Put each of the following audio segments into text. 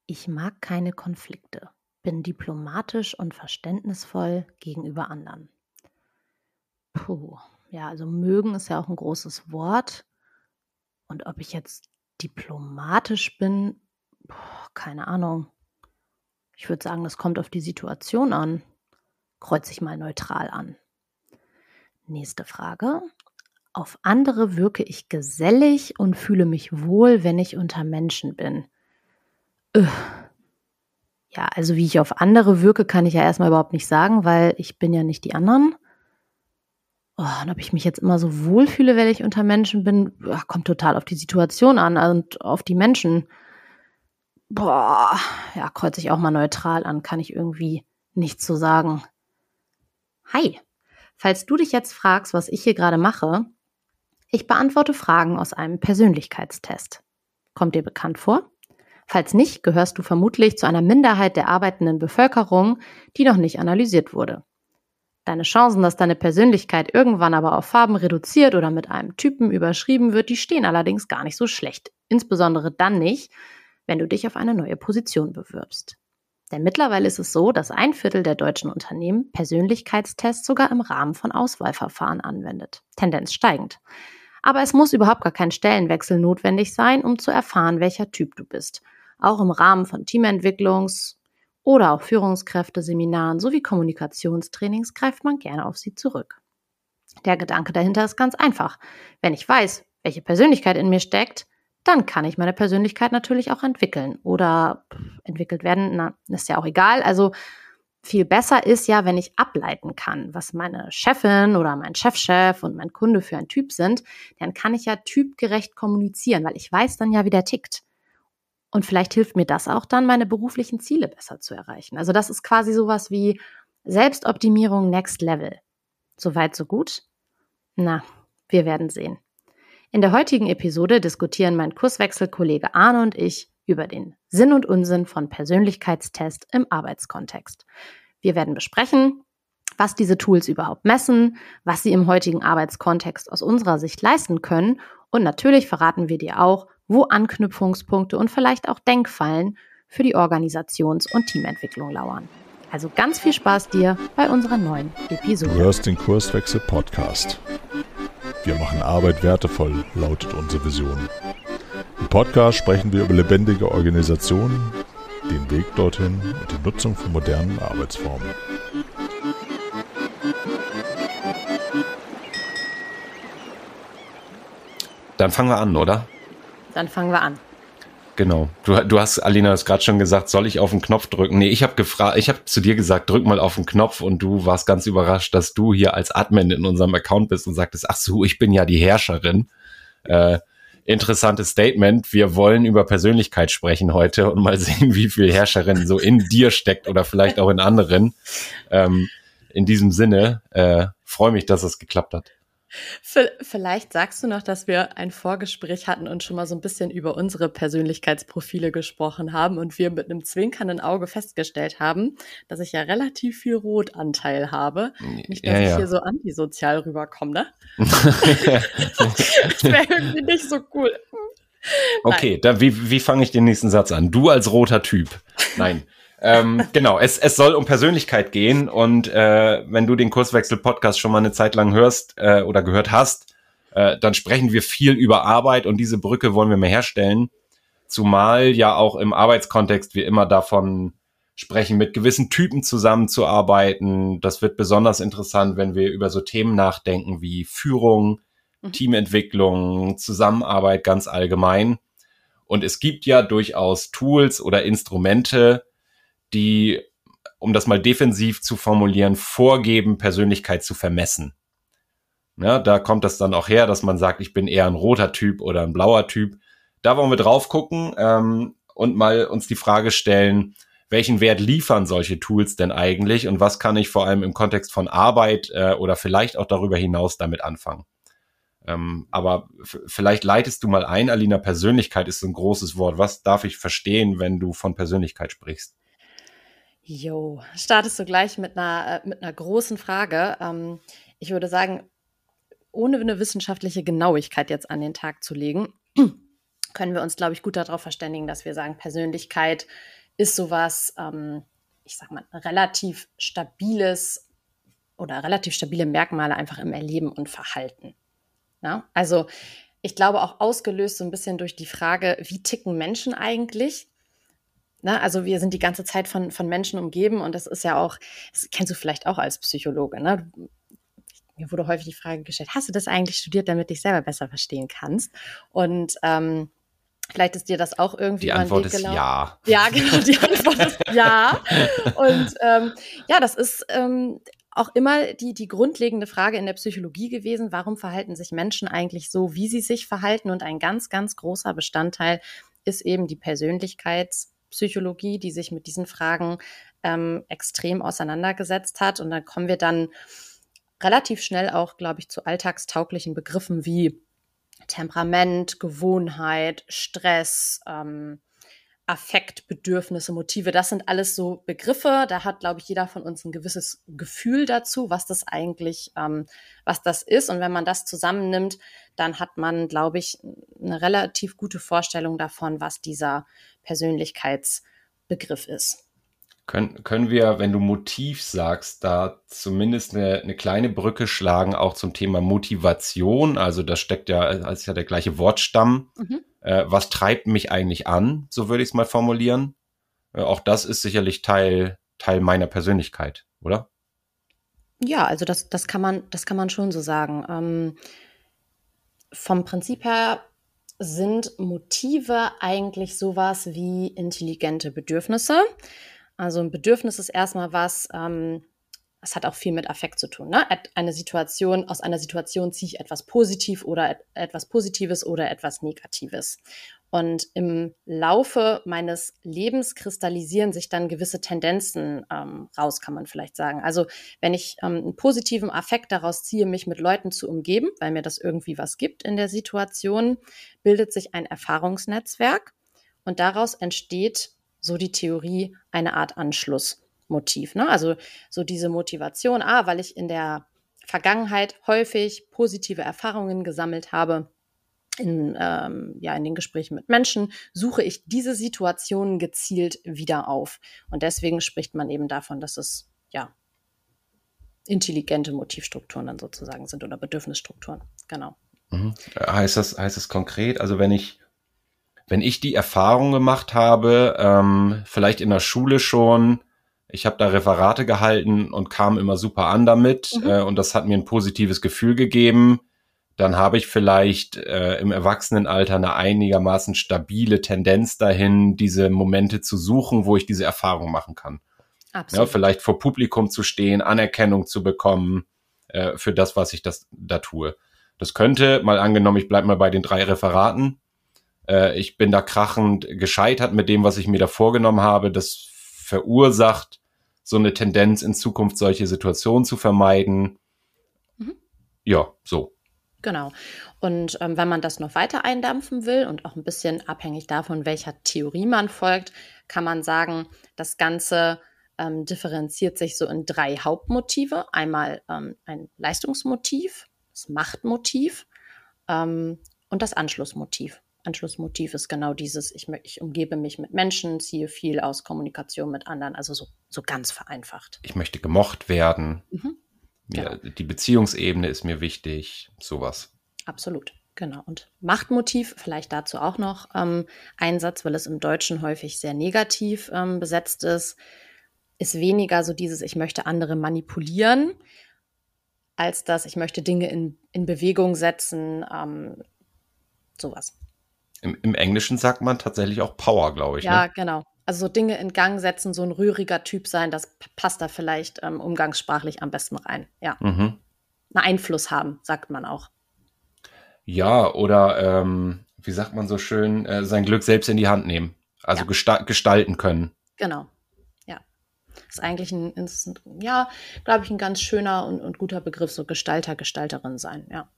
Ich mag keine Konflikte, bin diplomatisch und verständnisvoll gegenüber anderen. Puh, ja, also mögen ist ja auch ein großes Wort. Und ob ich jetzt diplomatisch bin, keine Ahnung. Ich würde sagen, das kommt auf die Situation an. Kreuze ich mal neutral an. Nächste Frage. Auf andere wirke ich gesellig und fühle mich wohl, wenn ich unter Menschen bin. Ja, also wie ich auf andere wirke, kann ich ja erstmal überhaupt nicht sagen, weil ich bin ja nicht die anderen. Und ob ich mich jetzt immer so wohlfühle, wenn ich unter Menschen bin, kommt total auf die Situation an und auf die Menschen. Ja, kreuze ich auch mal neutral an, kann ich irgendwie nichts zu sagen. Hi, falls du dich jetzt fragst, was ich hier gerade mache, ich beantworte Fragen aus einem Persönlichkeitstest. Kommt dir bekannt vor? Falls nicht, gehörst du vermutlich zu einer Minderheit der arbeitenden Bevölkerung, die noch nicht analysiert wurde. Deine Chancen, dass deine Persönlichkeit irgendwann aber auf Farben reduziert oder mit einem Typen überschrieben wird, die stehen allerdings gar nicht so schlecht. Insbesondere dann nicht, wenn du dich auf eine neue Position bewirbst. Denn mittlerweile ist es so, dass 1/4 der deutschen Unternehmen Persönlichkeitstests sogar im Rahmen von Auswahlverfahren anwendet. Tendenz steigend. Aber es muss überhaupt gar kein Stellenwechsel notwendig sein, um zu erfahren, welcher Typ du bist. Auch im Rahmen von Teamentwicklungs- oder auch Führungskräfteseminaren sowie Kommunikationstrainings greift man gerne auf sie zurück. Der Gedanke dahinter ist ganz einfach. Wenn ich weiß, welche Persönlichkeit in mir steckt, dann kann ich meine Persönlichkeit natürlich auch entwickeln oder entwickelt werden, ist ja auch egal. Also viel besser ist ja, wenn ich ableiten kann, was meine Chefin oder mein Chefchef und mein Kunde für ein Typ sind, dann kann ich ja typgerecht kommunizieren, weil ich weiß dann ja, wie der tickt. Und vielleicht hilft mir das auch dann, meine beruflichen Ziele besser zu erreichen. Also das ist quasi sowas wie Selbstoptimierung Next Level. Soweit, so gut? Na, wir werden sehen. In der heutigen Episode diskutieren mein Kurswechselkollege Arne und ich über den Sinn und Unsinn von Persönlichkeitstests im Arbeitskontext. Wir werden besprechen, was diese Tools überhaupt messen, was sie im heutigen Arbeitskontext aus unserer Sicht leisten können und natürlich verraten wir dir auch, wo Anknüpfungspunkte und vielleicht auch Denkfallen für die Organisations- und Teamentwicklung lauern. Also ganz viel Spaß dir bei unserer neuen Episode. Du hörst den Kurswechsel Podcast. Wir machen Arbeit wertevoll, lautet unsere Vision. Im Podcast sprechen wir über lebendige Organisationen, den Weg dorthin und die Nutzung von modernen Arbeitsformen. Dann fangen wir an, oder? Dann fangen wir an. Genau. Du hast, Alina, das gerade schon gesagt, soll ich auf den Knopf drücken? Nee, ich habe zu dir gesagt, drück mal auf den Knopf und du warst ganz überrascht, dass du hier als Admin in unserem Account bist und sagtest, ach so, ich bin ja die Herrscherin. Interessantes Statement. Wir wollen über Persönlichkeit sprechen heute und mal sehen, wie viel Herrscherin so in dir steckt oder vielleicht auch in anderen. In diesem Sinne, freue mich, dass es geklappt hat. Vielleicht sagst du noch, dass wir ein Vorgespräch hatten und schon mal so ein bisschen über unsere Persönlichkeitsprofile gesprochen haben und wir mit einem zwinkernden Auge festgestellt haben, dass ich ja relativ viel Rotanteil habe. Nicht, dass ich hier so antisozial rüberkomme, ne? Das wäre irgendwie nicht so cool. Okay, dann wie fange ich den nächsten Satz an? Du als roter Typ. Nein. Genau, es soll um Persönlichkeit gehen und wenn du den Kurswechsel-Podcast schon mal eine Zeit lang hörst oder gehört hast, dann sprechen wir viel über Arbeit und diese Brücke wollen wir mehr herstellen, zumal ja auch im Arbeitskontext wir immer davon sprechen, mit gewissen Typen zusammenzuarbeiten. Das wird besonders interessant, wenn wir über so Themen nachdenken wie Führung, Teamentwicklung, Zusammenarbeit ganz allgemein. Und es gibt ja durchaus Tools oder Instrumente, die, um das mal defensiv zu formulieren, vorgeben, Persönlichkeit zu vermessen. Ja, da kommt das dann auch her, dass man sagt, ich bin eher ein roter Typ oder ein blauer Typ. Da wollen wir drauf gucken und mal uns die Frage stellen, welchen Wert liefern solche Tools denn eigentlich und was kann ich vor allem im Kontext von Arbeit oder vielleicht auch darüber hinaus damit anfangen. Aber vielleicht leitest du mal ein, Alina, Persönlichkeit ist so ein großes Wort. Was darf ich verstehen, wenn du von Persönlichkeit sprichst? Jo, startest du gleich mit einer großen Frage. Ich würde sagen, ohne eine wissenschaftliche Genauigkeit jetzt an den Tag zu legen, können wir uns, glaube ich, gut darauf verständigen, dass wir sagen, Persönlichkeit ist sowas, ich sag mal, relativ stabiles oder relativ stabile Merkmale einfach im Erleben und Verhalten. Ja? Also ich glaube auch ausgelöst so ein bisschen durch die Frage, wie ticken Menschen eigentlich? Na, also wir sind die ganze Zeit von Menschen umgeben und das ist ja auch, das kennst du vielleicht auch als Psychologe, ne? Mir wurde häufig die Frage gestellt, hast du das eigentlich studiert, damit du dich selber besser verstehen kannst? Und vielleicht ist dir das auch irgendwie Die Antwort ist ja. Ja, genau, die Antwort ist ja. Und ja, das ist auch immer die grundlegende Frage in der Psychologie gewesen, warum verhalten sich Menschen eigentlich so, wie sie sich verhalten? Und ein ganz, ganz großer Bestandteil ist eben die Persönlichkeitspsychologie, die sich mit diesen Fragen extrem auseinandergesetzt hat. Und dann kommen wir dann relativ schnell auch, glaube ich, zu alltagstauglichen Begriffen wie Temperament, Gewohnheit, Stress, Affekt, Bedürfnisse, Motive. Das sind alles so Begriffe. Da hat, glaube ich, jeder von uns ein gewisses Gefühl dazu, was das eigentlich, was das ist. Und wenn man das zusammennimmt, dann hat man, glaube ich, eine relativ gute Vorstellung davon, was dieser Persönlichkeitsbegriff ist. Können wir, wenn du Motiv sagst, da zumindest eine kleine Brücke schlagen, auch zum Thema Motivation? Also das steckt ja, als ja der gleiche Wortstamm. Was treibt mich eigentlich an? So würde ich es mal formulieren. Auch das ist sicherlich Teil meiner Persönlichkeit, oder? Ja, also das kann man schon so sagen. Vom Prinzip her sind Motive eigentlich sowas wie intelligente Bedürfnisse. Also ein Bedürfnis ist erstmal was, es hat auch viel mit Affekt zu tun. Ne? Aus einer Situation ziehe ich etwas Positives oder etwas Negatives. Und im Laufe meines Lebens kristallisieren sich dann gewisse Tendenzen raus, kann man vielleicht sagen. Also wenn ich einen positiven Affekt daraus ziehe, mich mit Leuten zu umgeben, weil mir das irgendwie was gibt in der Situation, bildet sich ein Erfahrungsnetzwerk und daraus entsteht, so die Theorie, eine Art Anschlussmotiv. Ne? Also so diese Motivation, weil ich in der Vergangenheit häufig positive Erfahrungen gesammelt habe, in den Gesprächen mit Menschen, suche ich diese Situationen gezielt wieder auf. Und deswegen spricht man eben davon, dass es intelligente Motivstrukturen dann sozusagen sind oder Bedürfnisstrukturen. Genau. Heißt das konkret, also wenn ich die Erfahrung gemacht habe, vielleicht in der Schule schon, ich habe da Referate gehalten und kam immer super an damit und das hat mir ein positives Gefühl gegeben, dann habe ich vielleicht im Erwachsenenalter eine einigermaßen stabile Tendenz dahin, diese Momente zu suchen, wo ich diese Erfahrung machen kann. Absolut. Ja, vielleicht vor Publikum zu stehen, Anerkennung zu bekommen für das, was ich da tue. Das könnte, mal angenommen, ich bleibe mal bei den 3 Referaten, ich bin da krachend gescheitert mit dem, was ich mir da vorgenommen habe. Das verursacht so eine Tendenz, in Zukunft solche Situationen zu vermeiden. Ja, so. Genau. Und wenn man das noch weiter eindampfen will und auch ein bisschen abhängig davon, welcher Theorie man folgt, kann man sagen, das Ganze differenziert sich so in 3 Hauptmotive. Einmal ein Leistungsmotiv, das Machtmotiv und das Anschlussmotiv. Anschlussmotiv ist genau dieses, ich umgebe mich mit Menschen, ziehe viel aus Kommunikation mit anderen, also so ganz vereinfacht. Ich möchte gemocht werden. Genau. Die Beziehungsebene ist mir wichtig, sowas. Absolut, genau. Und Machtmotiv, vielleicht dazu auch noch ein Satz, weil es im Deutschen häufig sehr negativ besetzt ist weniger so dieses, ich möchte andere manipulieren, als dass ich möchte Dinge in Bewegung setzen, sowas. Im Englischen sagt man tatsächlich auch Power, glaube ich. Ja, ne? genau. Also so Dinge in Gang setzen, so ein rühriger Typ sein, das passt da vielleicht umgangssprachlich am besten rein. Ja. Einen Einfluss haben, sagt man auch. Ja, oder wie sagt man so schön, sein Glück selbst in die Hand nehmen. Also gestalten können. Genau. Ja. Das ist eigentlich glaube ich, ein ganz schöner und guter Begriff, so Gestalter, Gestalterin sein, ja.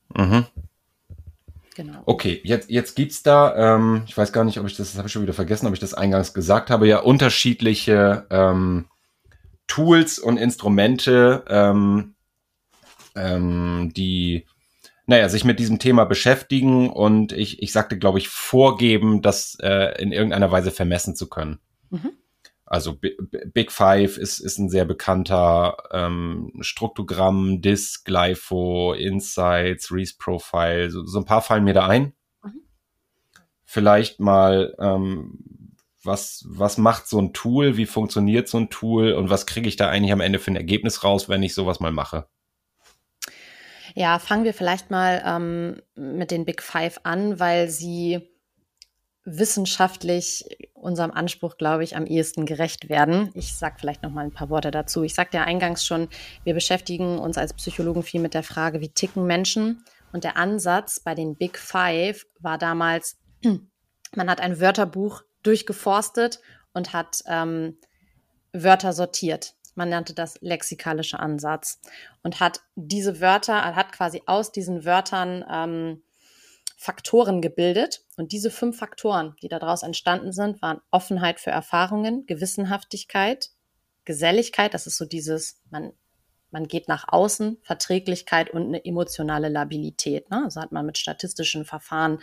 Genau. Okay, jetzt gibt's da, ich weiß gar nicht, das habe ich schon wieder vergessen, ob ich das eingangs gesagt habe, ja unterschiedliche Tools und Instrumente, die sich mit diesem Thema beschäftigen und ich sagte, glaube ich, vorgeben, das in irgendeiner Weise vermessen zu können. Mhm. Also Big Five ist ein sehr bekannter Struktogramm, DISC, Glypho, Insights, Reese Profile, so ein paar fallen mir da ein. Mhm. Vielleicht mal, was macht so ein Tool, wie funktioniert so ein Tool und was kriege ich da eigentlich am Ende für ein Ergebnis raus, wenn ich sowas mal mache? Ja, fangen wir vielleicht mal mit den Big Five an, weil sie wissenschaftlich unserem Anspruch, glaube ich, am ehesten gerecht werden. Ich sage vielleicht noch mal ein paar Worte dazu. Ich sagte ja eingangs schon, wir beschäftigen uns als Psychologen viel mit der Frage, wie ticken Menschen? Und der Ansatz bei den Big Five war damals, man hat ein Wörterbuch durchgeforstet und hat Wörter sortiert. Man nannte das lexikalischer Ansatz und hat diese Wörter, hat quasi aus diesen Wörtern Faktoren gebildet. Und diese 5 Faktoren, die daraus entstanden sind, waren Offenheit für Erfahrungen, Gewissenhaftigkeit, Geselligkeit, das ist so dieses, man geht nach außen, Verträglichkeit und eine emotionale Labilität. Ne? Also hat man mit statistischen Verfahren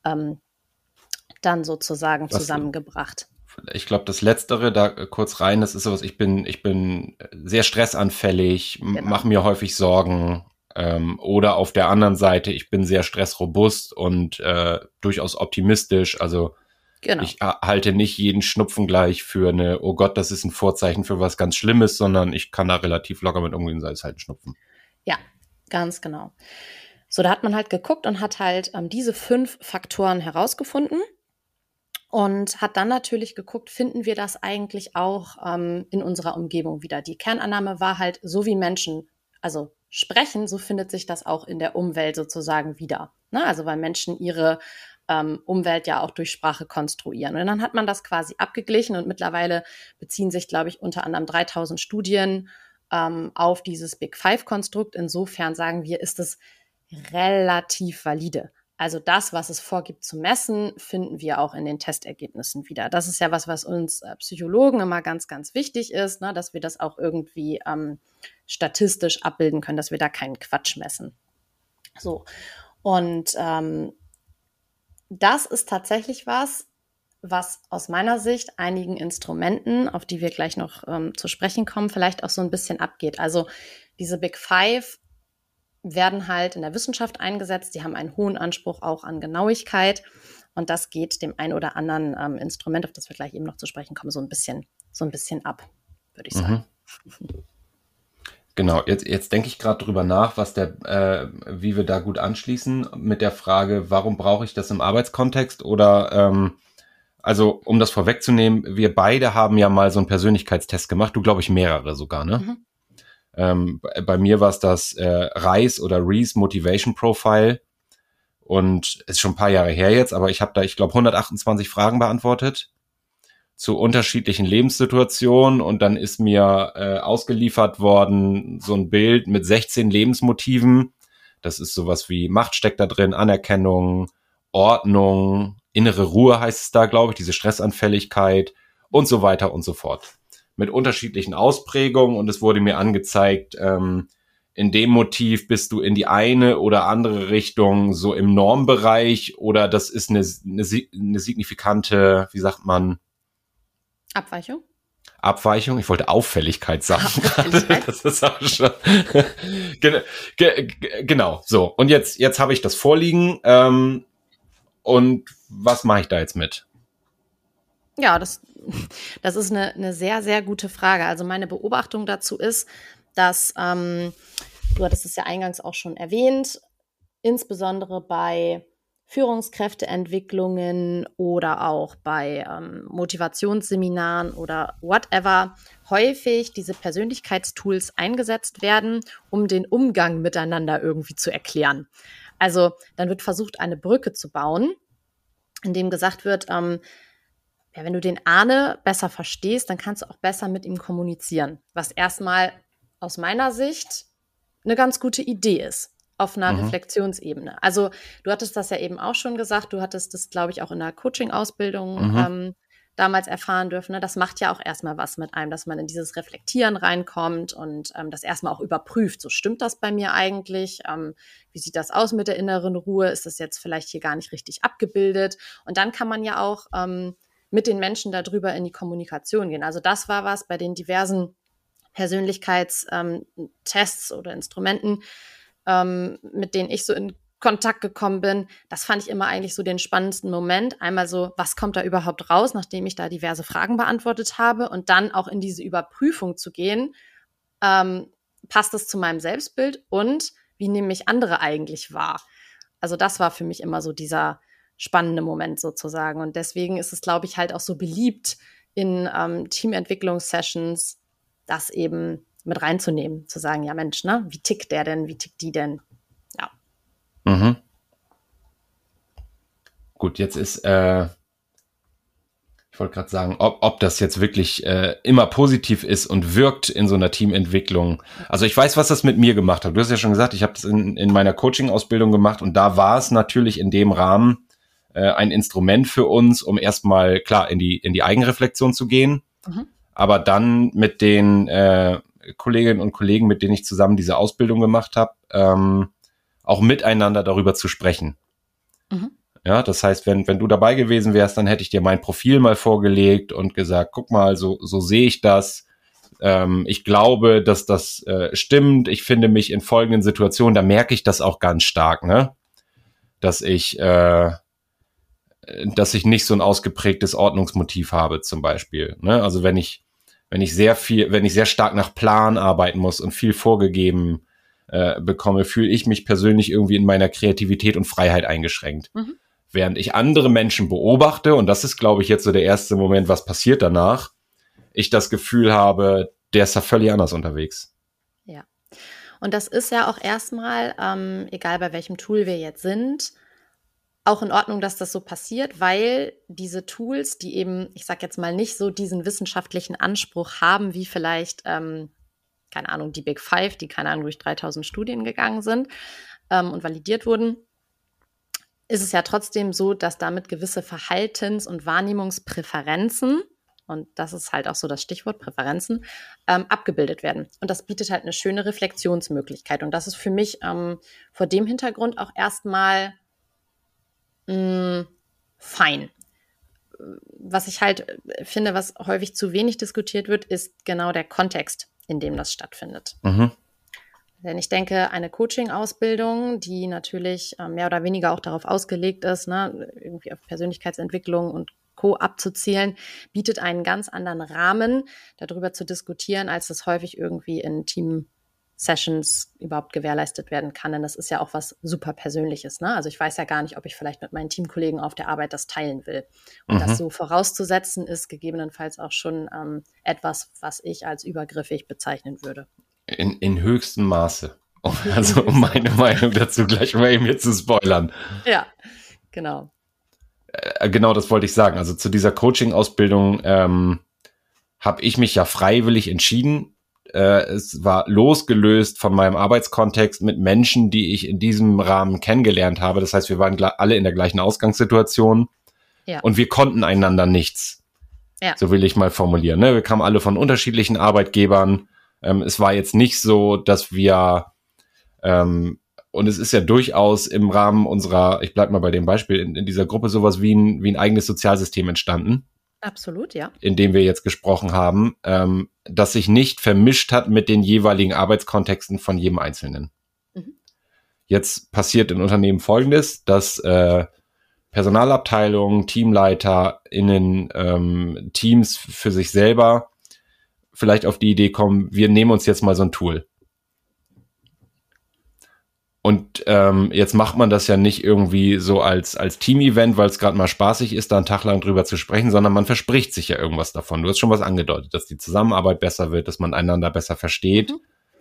dann sozusagen zusammengebracht. Ich glaube, das Letztere, da kurz rein, das ist sowas, ich bin sehr stressanfällig, genau. Mache mir häufig Sorgen, oder auf der anderen Seite, ich bin sehr stressrobust und durchaus optimistisch, also genau. Ich halte nicht jeden Schnupfen gleich für eine, oh Gott, das ist ein Vorzeichen für was ganz Schlimmes, sondern ich kann da relativ locker mit umgehen, sei es halt ein Schnupfen. Ja, ganz genau. So, da hat man halt geguckt und hat halt diese 5 Faktoren herausgefunden. Und hat dann natürlich geguckt, finden wir das eigentlich auch in unserer Umgebung wieder. Die Kernannahme war halt, so wie Menschen also sprechen, so findet sich das auch in der Umwelt sozusagen wieder. Ne? Also weil Menschen ihre Umwelt ja auch durch Sprache konstruieren. Und dann hat man das quasi abgeglichen und mittlerweile beziehen sich, glaube ich, unter anderem 3000 Studien auf dieses Big Five-Konstrukt. Insofern sagen wir, ist es relativ valide. Also das, was es vorgibt zu messen, finden wir auch in den Testergebnissen wieder. Das ist ja was uns Psychologen immer ganz, ganz wichtig ist, ne, dass wir das auch irgendwie statistisch abbilden können, dass wir da keinen Quatsch messen. So, und das ist tatsächlich was aus meiner Sicht einigen Instrumenten, auf die wir gleich noch zu sprechen kommen, vielleicht auch so ein bisschen abgeht. Also diese Big Five werden halt in der Wissenschaft eingesetzt. Die haben einen hohen Anspruch auch an Genauigkeit. Und das geht dem ein oder anderen Instrument, auf das wir gleich eben noch zu sprechen kommen, so ein bisschen ab, würde ich sagen. Genau, jetzt denke ich gerade drüber nach, wie wir da gut anschließen mit der Frage, warum brauche ich das im Arbeitskontext? Oder also um das vorwegzunehmen, wir beide haben ja mal so einen Persönlichkeitstest gemacht, du glaube ich mehrere sogar, ne? Mhm. Bei mir war es das RISE oder Reese Motivation Profile und ist schon ein paar Jahre her jetzt, aber ich habe da, ich glaube, 128 Fragen beantwortet zu unterschiedlichen Lebenssituationen und dann ist mir ausgeliefert worden so ein Bild mit 16 Lebensmotiven. Das ist sowas wie Macht steckt da drin, Anerkennung, Ordnung, innere Ruhe heißt es da, glaube ich, diese Stressanfälligkeit und so weiter und so fort. Mit unterschiedlichen Ausprägungen und es wurde mir angezeigt, in dem Motiv bist du in die eine oder andere Richtung so im Normbereich oder das ist eine signifikante, wie sagt man? Abweichung? Ich wollte Auffälligkeit sagen. Auffälligkeit? Das ist auch schon. Genau, so. Und jetzt habe ich das vorliegen und was mache ich da jetzt mit? Ja, das ist eine sehr, sehr gute Frage. Also meine Beobachtung dazu ist, dass, du hattest es ja eingangs auch schon erwähnt, insbesondere bei Führungskräfteentwicklungen oder auch bei Motivationsseminaren oder whatever häufig diese Persönlichkeitstools eingesetzt werden, um den Umgang miteinander irgendwie zu erklären. Also dann wird versucht, eine Brücke zu bauen, in dem gesagt wird, ja, wenn du den Arne besser verstehst, dann kannst du auch besser mit ihm kommunizieren. Was erstmal aus meiner Sicht eine ganz gute Idee ist, auf einer Reflexionsebene. Also du hattest das ja eben auch schon gesagt, du hattest das, glaube ich, auch in der Coaching-Ausbildung damals erfahren dürfen, ne, das macht ja auch erstmal was mit einem, dass man in dieses Reflektieren reinkommt und das erstmal auch überprüft. So, stimmt das bei mir eigentlich? Wie sieht das aus mit der inneren Ruhe? Ist das jetzt vielleicht hier gar nicht richtig abgebildet? Und dann kann man ja auch mit den Menschen darüber in die Kommunikation gehen. Also das war was bei den diversen Persönlichkeitstests oder Instrumenten, mit denen ich so in Kontakt gekommen bin. Das fand ich immer eigentlich so den spannendsten Moment. Einmal so, was kommt da überhaupt raus, nachdem ich da diverse Fragen beantwortet habe, und dann auch in diese Überprüfung zu gehen. Passt das zu meinem Selbstbild und wie nehme ich andere eigentlich wahr? Also das war für mich immer so dieser spannende Moment sozusagen. Und deswegen ist es, glaube ich, halt auch so beliebt in Teamentwicklungssessions, das eben mit reinzunehmen, zu sagen, ja Mensch, ne, wie tickt der denn, wie tickt die denn? Ja. Mhm. Gut, jetzt ist, ich wollte gerade sagen, ob das jetzt wirklich immer positiv ist und wirkt in so einer Teamentwicklung. Also ich weiß, was das mit mir gemacht hat. Du hast ja schon gesagt, ich habe das in meiner Coaching-Ausbildung gemacht, und da war es natürlich in dem Rahmen ein Instrument für uns, um erstmal klar in die Eigenreflexion zu gehen, aber dann mit den Kolleginnen und Kollegen, mit denen ich zusammen diese Ausbildung gemacht habe, auch miteinander darüber zu sprechen. Ja, das heißt, wenn du dabei gewesen wärst, dann hätte ich dir mein Profil mal vorgelegt und gesagt, guck mal, so sehe ich das. Ich glaube, dass das stimmt. Ich finde mich in folgenden Situationen, da merke ich das auch ganz stark, ne? Dass ich nicht so ein ausgeprägtes Ordnungsmotiv habe, zum Beispiel, ne? Also wenn ich sehr stark nach Plan arbeiten muss und viel vorgegeben bekomme, fühle ich mich persönlich irgendwie in meiner Kreativität und Freiheit eingeschränkt. Während ich andere Menschen beobachte, und das ist, glaube ich, jetzt so der erste Moment, was passiert danach, ich das Gefühl habe, der ist da völlig anders unterwegs. Ja, und das ist ja auch erstmal, egal bei welchem Tool wir jetzt sind, auch in Ordnung, dass das so passiert, weil diese Tools, die eben, ich sag jetzt mal, nicht so diesen wissenschaftlichen Anspruch haben, wie vielleicht, keine Ahnung, die Big Five, die, keine Ahnung, durch 3000 Studien gegangen sind und validiert wurden, ist es ja trotzdem so, dass damit gewisse Verhaltens- und Wahrnehmungspräferenzen, und das ist halt auch so das Stichwort, Präferenzen, abgebildet werden. Und das bietet halt eine schöne Reflexionsmöglichkeit. Und das ist für mich vor dem Hintergrund auch erstmal fein. Was ich halt finde, was häufig zu wenig diskutiert wird, ist genau der Kontext, in dem das stattfindet. Denn ich denke, eine Coaching-Ausbildung, die natürlich mehr oder weniger auch darauf ausgelegt ist, ne, irgendwie auf Persönlichkeitsentwicklung und Co. abzuzielen, bietet einen ganz anderen Rahmen, darüber zu diskutieren, als das häufig irgendwie in Team-Sessions überhaupt gewährleistet werden kann. Denn das ist ja auch was super Persönliches, ne? Also ich weiß ja gar nicht, ob ich vielleicht mit meinen Teamkollegen auf der Arbeit das teilen will. Und das so vorauszusetzen, ist gegebenenfalls auch schon etwas, was ich als übergriffig bezeichnen würde. In höchstem Maße. Also um meine Meinung dazu gleich mal eben hier zu spoilern. Ja, genau. Genau, das wollte ich sagen. Also zu dieser Coaching-Ausbildung habe ich mich ja freiwillig entschieden. Es war losgelöst von meinem Arbeitskontext mit Menschen, die ich in diesem Rahmen kennengelernt habe. Das heißt, wir waren alle in der gleichen Ausgangssituation und wir konnten einander nichts. Ja. So will ich mal formulieren. Ne? Wir kamen alle von unterschiedlichen Arbeitgebern. Es war jetzt nicht so, dass wir, und es ist ja durchaus im Rahmen unserer, ich bleib mal bei dem Beispiel, in dieser Gruppe sowas wie ein eigenes Sozialsystem entstanden. Absolut, ja. In dem wir jetzt gesprochen haben, das sich nicht vermischt hat mit den jeweiligen Arbeitskontexten von jedem Einzelnen. Jetzt passiert in Unternehmen Folgendes, dass Personalabteilungen, TeamleiterInnen, Teams für sich selber vielleicht auf die Idee kommen, wir nehmen uns jetzt mal so ein Tool. Und jetzt macht man das ja nicht irgendwie so als Team-Event, weil es gerade mal spaßig ist, da einen Tag lang drüber zu sprechen, sondern man verspricht sich ja irgendwas davon. Du hast schon was angedeutet, dass die Zusammenarbeit besser wird, dass man einander besser versteht.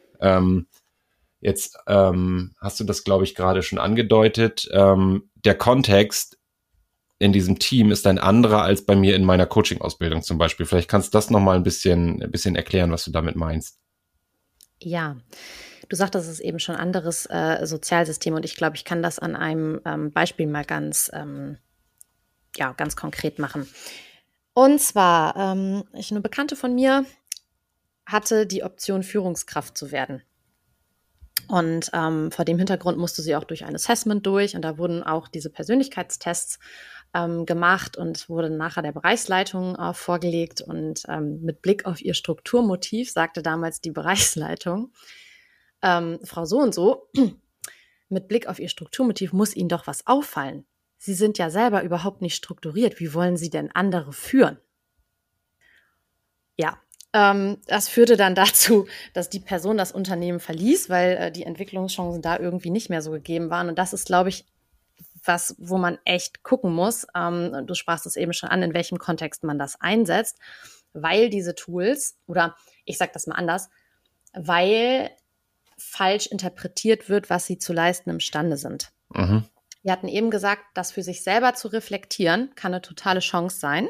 Jetzt hast du das, glaube ich, gerade schon angedeutet. Der Kontext in diesem Team ist ein anderer als bei mir in meiner Coaching-Ausbildung zum Beispiel. Vielleicht kannst du das nochmal ein bisschen erklären, was du damit meinst. Ja, du sagtest, es ist eben schon ein anderes Sozialsystem, und ich glaube, ich kann das an einem Beispiel mal ganz konkret machen. Und zwar, eine Bekannte von mir hatte die Option, Führungskraft zu werden. Und vor dem Hintergrund musste sie auch durch ein Assessment durch und da wurden auch diese Persönlichkeitstests gemacht und es wurde nachher der Bereichsleitung vorgelegt und mit Blick auf ihr Strukturmotiv sagte damals die Bereichsleitung, Frau so und so, mit Blick auf ihr Strukturmotiv muss Ihnen doch was auffallen. Sie sind ja selber überhaupt nicht strukturiert. Wie wollen Sie denn andere führen? Ja, das führte dann dazu, dass die Person das Unternehmen verließ, weil die Entwicklungschancen da irgendwie nicht mehr so gegeben waren. Und das ist, glaube ich, was, wo man echt gucken muss. Du sprachst es eben schon an, in welchem Kontext man das einsetzt, weil diese Tools, oder ich sage das mal anders, weil falsch interpretiert wird, was sie zu leisten imstande sind. Mhm. Wir hatten eben gesagt, das für sich selber zu reflektieren, kann eine totale Chance sein.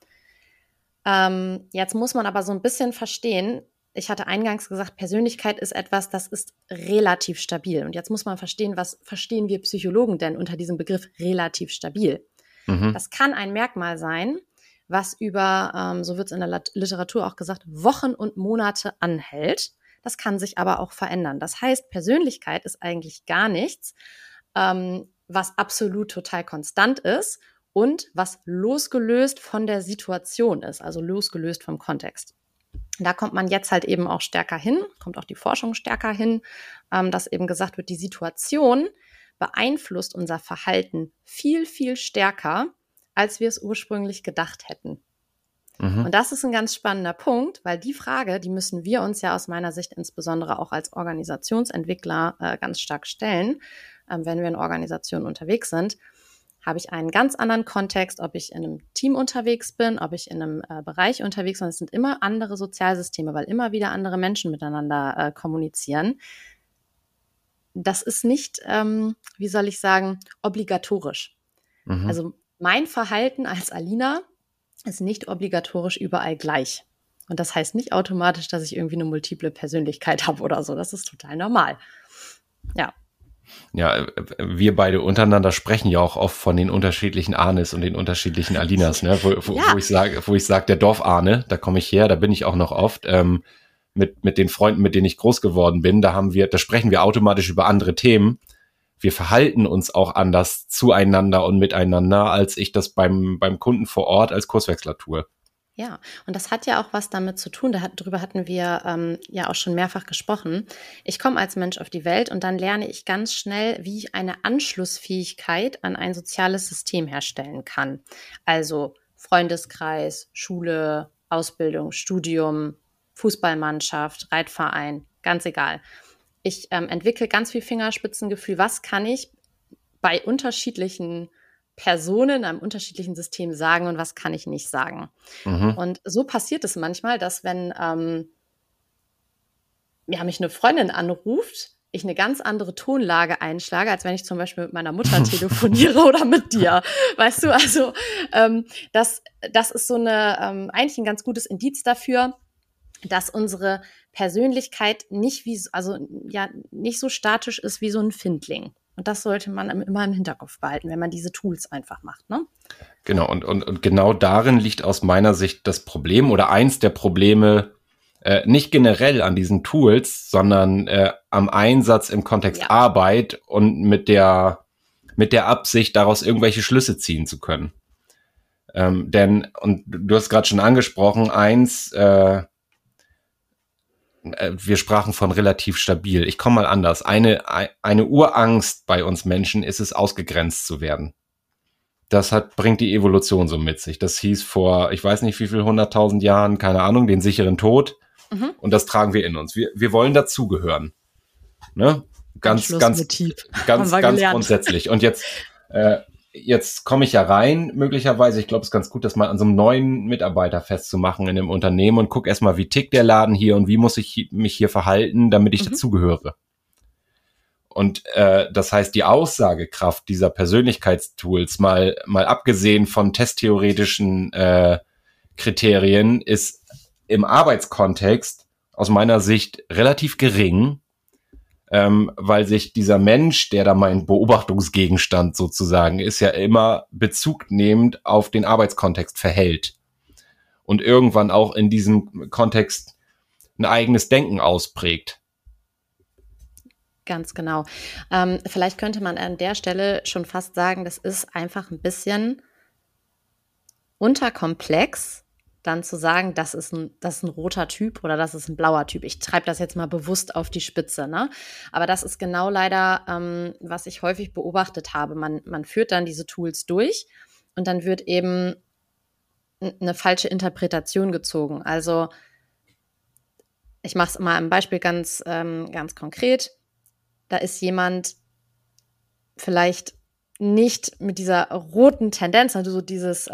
Jetzt muss man aber so ein bisschen verstehen, ich hatte eingangs gesagt, Persönlichkeit ist etwas, das ist relativ stabil. Und jetzt muss man verstehen, was verstehen wir Psychologen denn unter diesem Begriff relativ stabil? Mhm. Das kann ein Merkmal sein, was über, so wird es in der Literatur auch gesagt, Wochen und Monate anhält. Das kann sich aber auch verändern. Das heißt, Persönlichkeit ist eigentlich gar nichts, was absolut total konstant ist und was losgelöst von der Situation ist, also losgelöst vom Kontext. Da kommt man jetzt halt eben auch stärker hin, kommt auch die Forschung stärker hin, dass eben gesagt wird, die Situation beeinflusst unser Verhalten viel, viel stärker, als wir es ursprünglich gedacht hätten. Mhm. Und das ist ein ganz spannender Punkt, weil die Frage, die müssen wir uns ja aus meiner Sicht insbesondere auch als Organisationsentwickler ganz stark stellen. Wenn wir in Organisationen unterwegs sind, habe ich einen ganz anderen Kontext, ob ich in einem Team unterwegs bin, ob ich in einem Bereich unterwegs bin. Es sind immer andere Sozialsysteme, weil immer wieder andere Menschen miteinander kommunizieren. Das ist nicht, wie soll ich sagen, obligatorisch. Mhm. Also mein Verhalten als Alina ist nicht obligatorisch überall gleich. Und das heißt nicht automatisch, dass ich irgendwie eine multiple Persönlichkeit habe oder so. Das ist total normal. Ja. Ja, wir beide untereinander sprechen ja auch oft von den unterschiedlichen Arnes und den unterschiedlichen Alinas, ne? Wo ich sage, der Dorf-Arne, da komme ich her, da bin ich auch noch oft, mit den Freunden, mit denen ich groß geworden bin, da sprechen wir automatisch über andere Themen. Wir verhalten uns auch anders zueinander und miteinander, als ich das beim Kunden vor Ort als Kurswechsler tue. Ja, und das hat ja auch was damit zu tun, darüber hatten wir ja auch schon mehrfach gesprochen. Ich komme als Mensch auf die Welt und dann lerne ich ganz schnell, wie ich eine Anschlussfähigkeit an ein soziales System herstellen kann. Also Freundeskreis, Schule, Ausbildung, Studium, Fußballmannschaft, Reitverein, ganz egal. Ich entwickle ganz viel Fingerspitzengefühl, was kann ich bei unterschiedlichen Personen in einem unterschiedlichen System sagen und was kann ich nicht sagen. Mhm. Und so passiert es manchmal, dass wenn mich eine Freundin anruft, ich eine ganz andere Tonlage einschlage, als wenn ich zum Beispiel mit meiner Mutter telefoniere oder mit dir. Weißt du, also das ist so eine eigentlich ein ganz gutes Indiz dafür, dass unsere Persönlichkeit nicht nicht so statisch ist wie so ein Findling. Und das sollte man immer im Hinterkopf behalten, wenn man diese Tools einfach macht, ne? Genau, und genau darin liegt aus meiner Sicht das Problem oder eins der Probleme, nicht generell an diesen Tools, sondern am Einsatz im Kontext Arbeit und mit der Absicht, daraus irgendwelche Schlüsse ziehen zu können. Denn, und du hast gerade schon angesprochen, wir sprachen von relativ stabil. Ich komme mal anders. Eine Urangst bei uns Menschen ist es, ausgegrenzt zu werden. Das bringt die Evolution so mit sich. Das hieß vor, ich weiß nicht wie viel, 100.000 Jahren, keine Ahnung, den sicheren Tod. Und das tragen wir in uns. Wir wollen dazugehören. Ne? Ganz grundsätzlich. Und jetzt komme ich ja rein, möglicherweise, ich glaube, es ist ganz gut, das mal an so einem neuen Mitarbeiter festzumachen in einem Unternehmen und guck erstmal, wie tickt der Laden hier und wie muss ich mich hier verhalten, damit ich dazugehöre. Und das heißt, die Aussagekraft dieser Persönlichkeitstools, mal abgesehen von testtheoretischen Kriterien, ist im Arbeitskontext aus meiner Sicht relativ gering, weil sich dieser Mensch, der da mein Beobachtungsgegenstand sozusagen ist, ja immer bezugnehmend auf den Arbeitskontext verhält. und irgendwann auch in diesem Kontext ein eigenes Denken ausprägt. Ganz genau. Vielleicht könnte man an der Stelle schon fast sagen, das ist einfach ein bisschen unterkomplex, dann zu sagen, das ist ein roter Typ oder das ist ein blauer Typ. Ich treibe das jetzt mal bewusst auf die Spitze, ne? Aber das ist genau leider, was ich häufig beobachtet habe. Man führt dann diese Tools durch und dann wird eben eine falsche Interpretation gezogen. Also ich mache es mal am Beispiel ganz konkret. Da ist jemand vielleicht nicht mit dieser roten Tendenz, also so dieses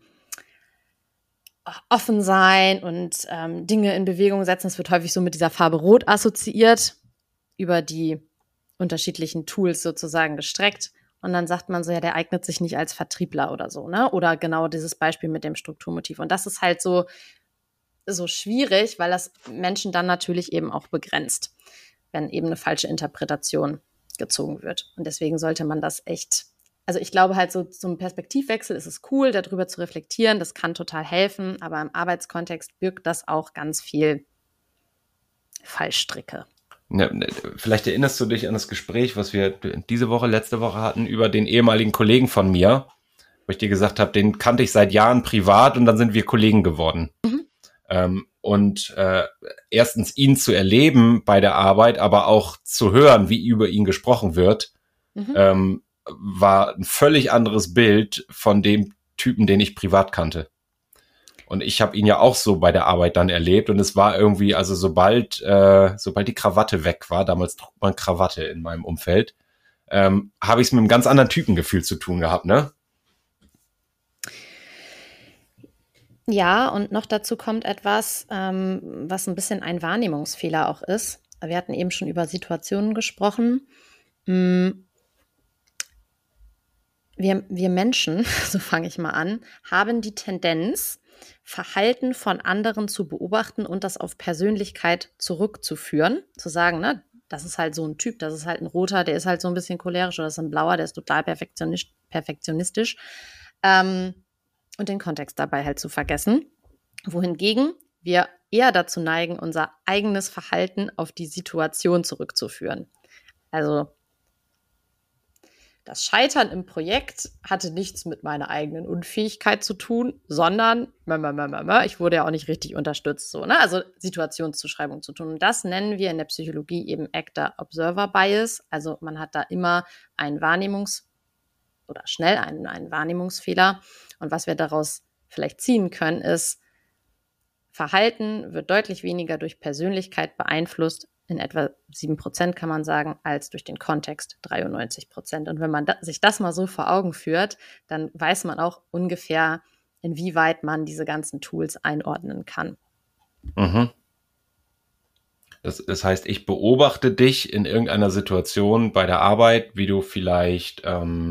offen sein und Dinge in Bewegung setzen. Das wird häufig so mit dieser Farbe Rot assoziiert, über die unterschiedlichen Tools sozusagen gestreckt. Und dann sagt man so, ja, der eignet sich nicht als Vertriebler oder so, ne? Oder genau dieses Beispiel mit dem Strukturmotiv. Und das ist halt so schwierig, weil das Menschen dann natürlich eben auch begrenzt, wenn eben eine falsche Interpretation gezogen wird. Und deswegen sollte man das echt, also ich glaube halt so zum Perspektivwechsel ist es cool, darüber zu reflektieren, das kann total helfen, aber im Arbeitskontext birgt das auch ganz viel Fallstricke. Vielleicht erinnerst du dich an das Gespräch, was wir letzte Woche hatten, über den ehemaligen Kollegen von mir, wo ich dir gesagt habe, den kannte ich seit Jahren privat und dann sind wir Kollegen geworden. Und erstens ihn zu erleben bei der Arbeit, aber auch zu hören, wie über ihn gesprochen wird, war ein völlig anderes Bild von dem Typen, den ich privat kannte. Und ich habe ihn ja auch so bei der Arbeit dann erlebt und es war irgendwie, also sobald die Krawatte weg war, damals trug man Krawatte in meinem Umfeld, habe ich es mit einem ganz anderen Typengefühl zu tun gehabt, ne? Ja, und noch dazu kommt etwas, was ein bisschen ein Wahrnehmungsfehler auch ist. Wir hatten eben schon über Situationen gesprochen. Wir Menschen, so fange ich mal an, haben die Tendenz, Verhalten von anderen zu beobachten und das auf Persönlichkeit zurückzuführen. Zu sagen, ne, das ist halt so ein Typ, das ist halt ein Roter, der ist halt so ein bisschen cholerisch oder das ist ein Blauer, der ist total perfektionistisch. Und den Kontext dabei halt zu vergessen. Wohingegen wir eher dazu neigen, unser eigenes Verhalten auf die Situation zurückzuführen. Also das Scheitern im Projekt hatte nichts mit meiner eigenen Unfähigkeit zu tun, sondern ich wurde ja auch nicht richtig unterstützt. So, ne? Also Situationszuschreibung zu tun. Und das nennen wir in der Psychologie eben Actor-Observer-Bias. Also man hat da immer einen Wahrnehmungsfehler. Und was wir daraus vielleicht ziehen können, ist, Verhalten wird deutlich weniger durch Persönlichkeit beeinflusst, in etwa 7% kann man sagen, als durch den Kontext 93%. Und wenn man sich das mal so vor Augen führt, dann weiß man auch ungefähr, inwieweit man diese ganzen Tools einordnen kann. Mhm. Das heißt, ich beobachte dich in irgendeiner Situation bei der Arbeit, wie du vielleicht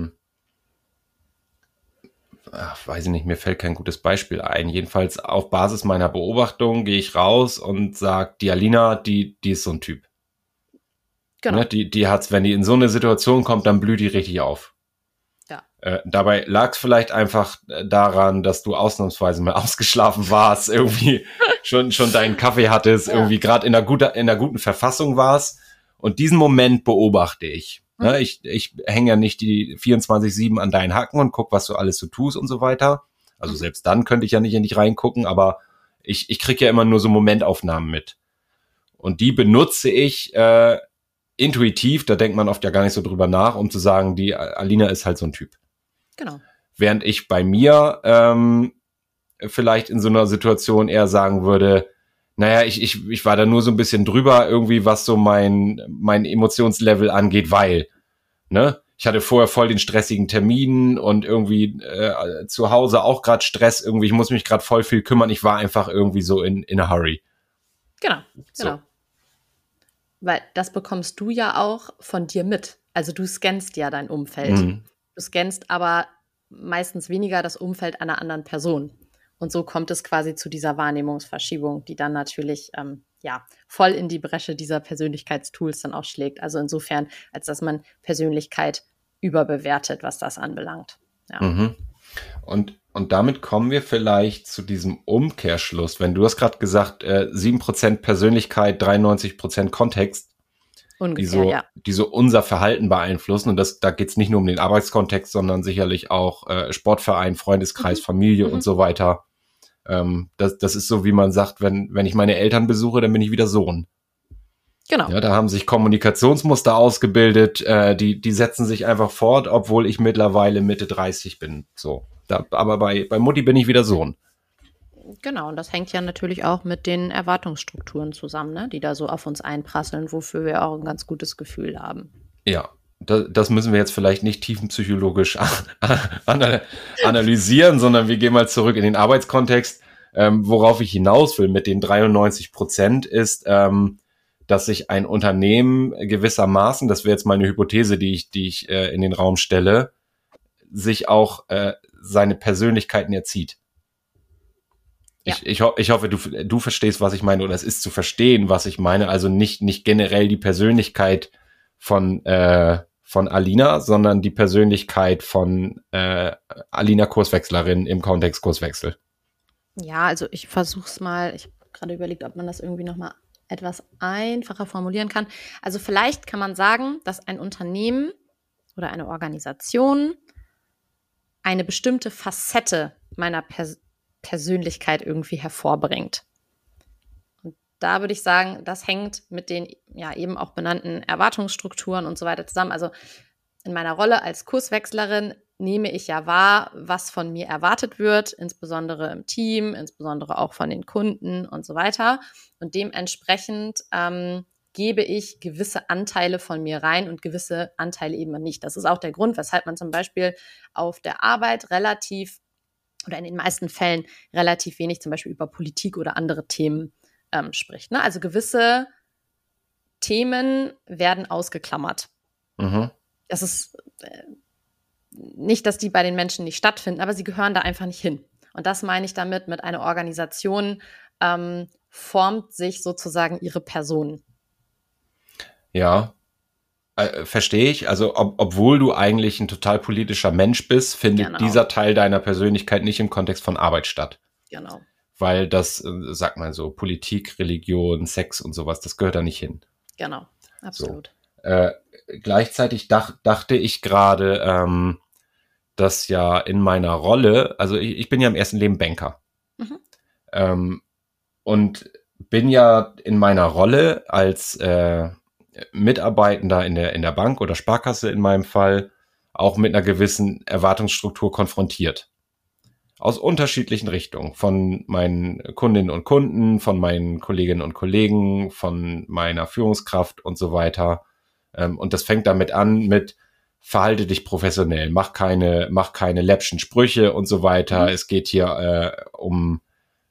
weiß ich nicht, mir fällt kein gutes Beispiel ein. Jedenfalls auf Basis meiner Beobachtung gehe ich raus und sage, die Alina, die ist so ein Typ. Genau. Ne, die hat's, wenn die in so eine Situation kommt, dann blüht die richtig auf. Ja. Dabei lag es vielleicht einfach daran, dass du ausnahmsweise mal ausgeschlafen warst, irgendwie schon deinen Kaffee hattest, irgendwie gerade in einer guten Verfassung warst. Und diesen Moment beobachte ich. Ne, ich hänge ja nicht die 24/7 an deinen Hacken und guck, was du alles so tust und so weiter. Also selbst dann könnte ich ja nicht in dich reingucken, aber ich kriege ja immer nur so Momentaufnahmen mit. Und die benutze ich intuitiv, da denkt man oft ja gar nicht so drüber nach, um zu sagen, die Alina ist halt so ein Typ. Genau. Während ich bei mir vielleicht in so einer Situation eher sagen würde, naja, ich war da nur so ein bisschen drüber, irgendwie, was so mein Emotionslevel angeht, weil, ne, ich hatte vorher voll den stressigen Termin und irgendwie zu Hause auch gerade Stress, irgendwie, ich muss mich gerade voll viel kümmern, ich war einfach irgendwie so in a hurry. Genau. So. Weil das bekommst du ja auch von dir mit. Also du scannst ja dein Umfeld. Du scannst aber meistens weniger das Umfeld einer anderen Person. Und so kommt es quasi zu dieser Wahrnehmungsverschiebung, die dann natürlich voll in die Bresche dieser Persönlichkeitstools dann auch schlägt. Also insofern, als dass man Persönlichkeit überbewertet, was das anbelangt. Ja. Und Und damit kommen wir vielleicht zu diesem Umkehrschluss. Wenn du hast gerade gesagt, 7% Persönlichkeit, 93% Kontext, Ungefähr, die so unser Verhalten beeinflussen. Und da geht es nicht nur um den Arbeitskontext, sondern sicherlich auch Sportverein, Freundeskreis, Familie und so weiter. Das ist so, wie man sagt, wenn ich meine Eltern besuche, dann bin ich wieder Sohn. Genau. Ja, da haben sich Kommunikationsmuster ausgebildet, die setzen sich einfach fort, obwohl ich mittlerweile Mitte 30 bin. So. Aber bei Mutti bin ich wieder Sohn. Genau, und das hängt ja natürlich auch mit den Erwartungsstrukturen zusammen, ne, die da so auf uns einprasseln, wofür wir auch ein ganz gutes Gefühl haben. Ja, das müssen wir jetzt vielleicht nicht tiefenpsychologisch analysieren, sondern wir gehen mal zurück in den Arbeitskontext. Worauf ich hinaus will mit den 93% ist, dass sich ein Unternehmen gewissermaßen, das wäre jetzt mal eine Hypothese, die ich in den Raum stelle, sich auch seine Persönlichkeiten erzieht. Ja. Ich hoffe, du verstehst, was ich meine, oder es ist zu verstehen, was ich meine. Also nicht generell die Persönlichkeit von Alina, sondern die Persönlichkeit von Alina Kurswechslerin im Kontext Kurswechsel. Ja, also ich versuch's mal. Ich habe gerade überlegt, ob man das irgendwie nochmal etwas einfacher formulieren kann. Also vielleicht kann man sagen, dass ein Unternehmen oder eine Organisation eine bestimmte Facette meiner Persönlichkeit irgendwie hervorbringt. Und da würde ich sagen, das hängt mit den ja eben auch benannten Erwartungsstrukturen und so weiter zusammen. Also in meiner Rolle als Kurswechslerin nehme ich ja wahr, was von mir erwartet wird, insbesondere im Team, insbesondere auch von den Kunden und so weiter. Und dementsprechend gebe ich gewisse Anteile von mir rein und gewisse Anteile eben nicht. Das ist auch der Grund, weshalb man zum Beispiel auf der Arbeit relativ oder in den meisten Fällen relativ wenig zum Beispiel über Politik oder andere Themen spricht. Ne? Also gewisse Themen werden ausgeklammert. Mhm. Das ist nicht, dass die bei den Menschen nicht stattfinden, aber sie gehören da einfach nicht hin. Und das meine ich damit, mit einer Organisation formt sich sozusagen ihre Person. Ja, verstehe ich. Also obwohl du eigentlich ein total politischer Mensch bist, findet dieser Teil deiner Persönlichkeit nicht im Kontext von Arbeit statt. Genau. Weil das, sag mal so, Politik, Religion, Sex und sowas, das gehört da nicht hin. Genau, absolut. So. Gleichzeitig dachte ich gerade, dass ja in meiner Rolle, also ich bin ja im ersten Leben Banker. Und bin ja in meiner Rolle als Mitarbeitender in der Bank oder Sparkasse in meinem Fall auch mit einer gewissen Erwartungsstruktur konfrontiert. Aus unterschiedlichen Richtungen. Von meinen Kundinnen und Kunden, von meinen Kolleginnen und Kollegen, von meiner Führungskraft und so weiter. Und das fängt damit an mit verhalte dich professionell, mach keine läppschen Sprüche und so weiter. Es geht hier um